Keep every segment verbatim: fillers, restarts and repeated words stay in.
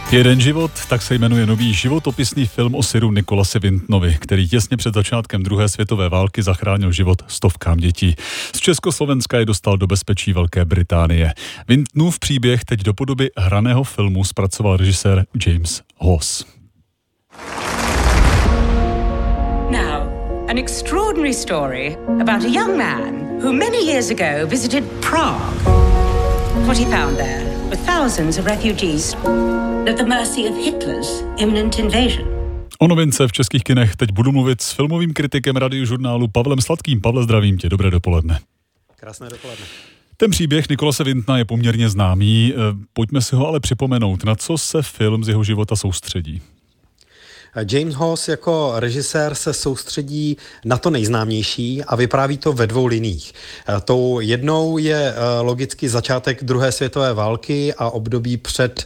Jeden život, tak se jmenuje nový životopisný film o syru Nicholasi Wintonovi, který těsně před začátkem druhé světové války zachránil život stovkám dětí. Z Československa je dostal do bezpečí Velké Británie. Wintonův příběh teď do podoby hraného filmu zpracoval režisér James Hawes. Now, an extraordinary story about a young man who many years ago visited Prague. What he found there were thousands of refugees at the mercy of Hitler's imminent invasion. O novince v českých kinech teď budu mluvit s filmovým kritikem Radiožurnálu Pavlem Sladkým. Pavle, zdravím tě, dobré dopoledne. Krásné dopoledne. Ten příběh Nicholase Wintona je poměrně známý, pojďme si ho ale připomenout, na co se film z jeho života soustředí. James Hawes jako režisér se soustředí na to nejznámější a vypráví to ve dvou liniích. Tou jednou je logicky začátek druhé světové války a období před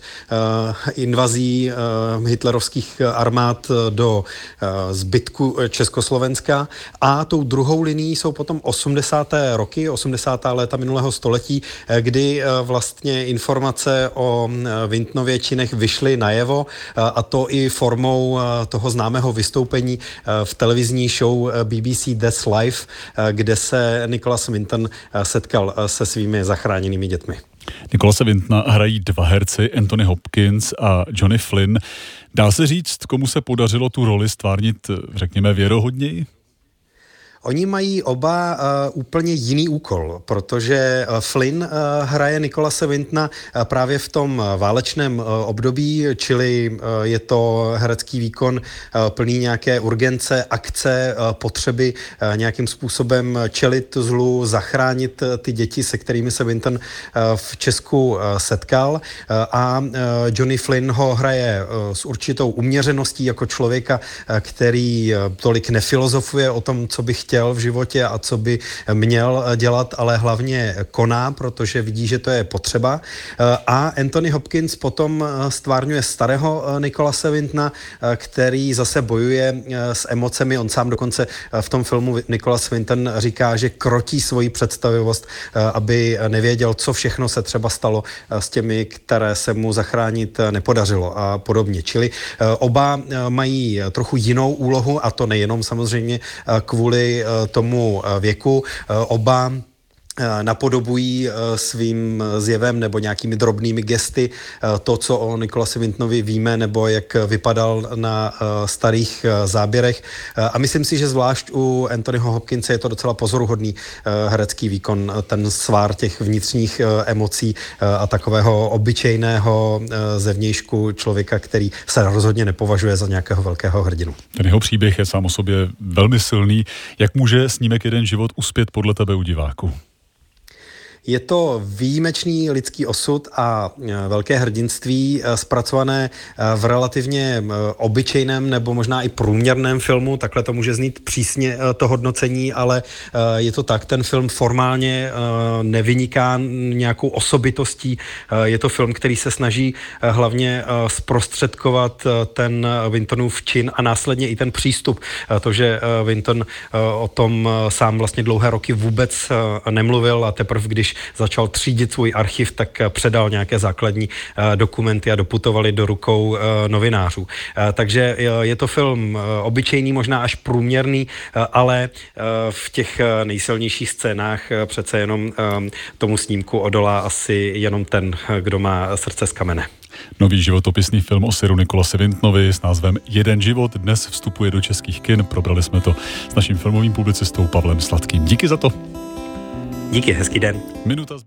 invazí hitlerovských armád do zbytku Československa a tou druhou linií jsou potom osmdesátá roky, osmdesátá léta minulého století, kdy vlastně informace o Wintonově činech vyšly najevo a to i formou toho známého vystoupení v televizní show B B C That's Life, kde se Nicholas Winton setkal se svými zachráněnými dětmi. Nicholase Wintona hrají dva herci, Anthony Hopkins a Johnny Flynn. Dá se říct, komu se podařilo tu roli stvárnit, řekněme, věrohodněji? Oni mají oba uh, úplně jiný úkol, protože uh, Flynn uh, hraje Nicholase Wintona uh, právě v tom válečném uh, období, čili uh, je to herecký výkon uh, plný nějaké urgence, akce, uh, potřeby uh, nějakým způsobem čelit zlu, zachránit uh, ty děti, se kterými se Winton uh, v Česku uh, setkal. Uh, a uh, Johnny Flynn ho hraje uh, s určitou uměřeností jako člověka, uh, který uh, tolik nefilozofuje o tom, co by chtěl v životě a co by měl dělat, ale hlavně koná, protože vidí, že to je potřeba. A Anthony Hopkins potom stvárňuje starého Nicholase Wintona, který zase bojuje s emocemi. On sám dokonce v tom filmu Nicholas Winton říká, že krotí svoji představivost, aby nevěděl, co všechno se třeba stalo s těmi, které se mu zachránit nepodařilo a podobně. Čili oba mají trochu jinou úlohu a to nejenom samozřejmě kvůli tomu věku. Oba napodobují svým zjevem nebo nějakými drobnými gesty to, co o Nicholasi Wintonovi víme, nebo jak vypadal na starých záběrech. A myslím si, že zvlášť u Anthonyho Hopkinse je to docela pozoruhodný herecký výkon, ten svár těch vnitřních emocí a takového obyčejného zevnějšku člověka, který se rozhodně nepovažuje za nějakého velkého hrdinu. Ten jeho příběh je sám o sobě velmi silný. Jak může snímek Jeden život uspět podle tebe u diváků? Je to výjimečný lidský osud a velké hrdinství zpracované v relativně obyčejném nebo možná i průměrném filmu. Takhle to může znít přísně to hodnocení, ale je to tak. Ten film formálně nevyniká nějakou osobitostí. Je to film, který se snaží hlavně zprostředkovat ten Wintonův čin a následně i ten přístup. To, že Winton o tom sám vlastně dlouhé roky vůbec nemluvil a teprve když začal třídit svůj archiv, tak předal nějaké základní dokumenty a doputovali do rukou novinářů. Takže je to film obyčejný, možná až průměrný, ale v těch nejsilnějších scénách přece jenom tomu snímku odolá asi jenom ten, kdo má srdce z kamene. Nový životopisný film o syru Nicholase Wintonovi s názvem Jeden život dnes vstupuje do českých kin. Probrali jsme to s naším filmovým publicistou Pavlem Sladkým. Díky za to. Díky, hezký den. Minuta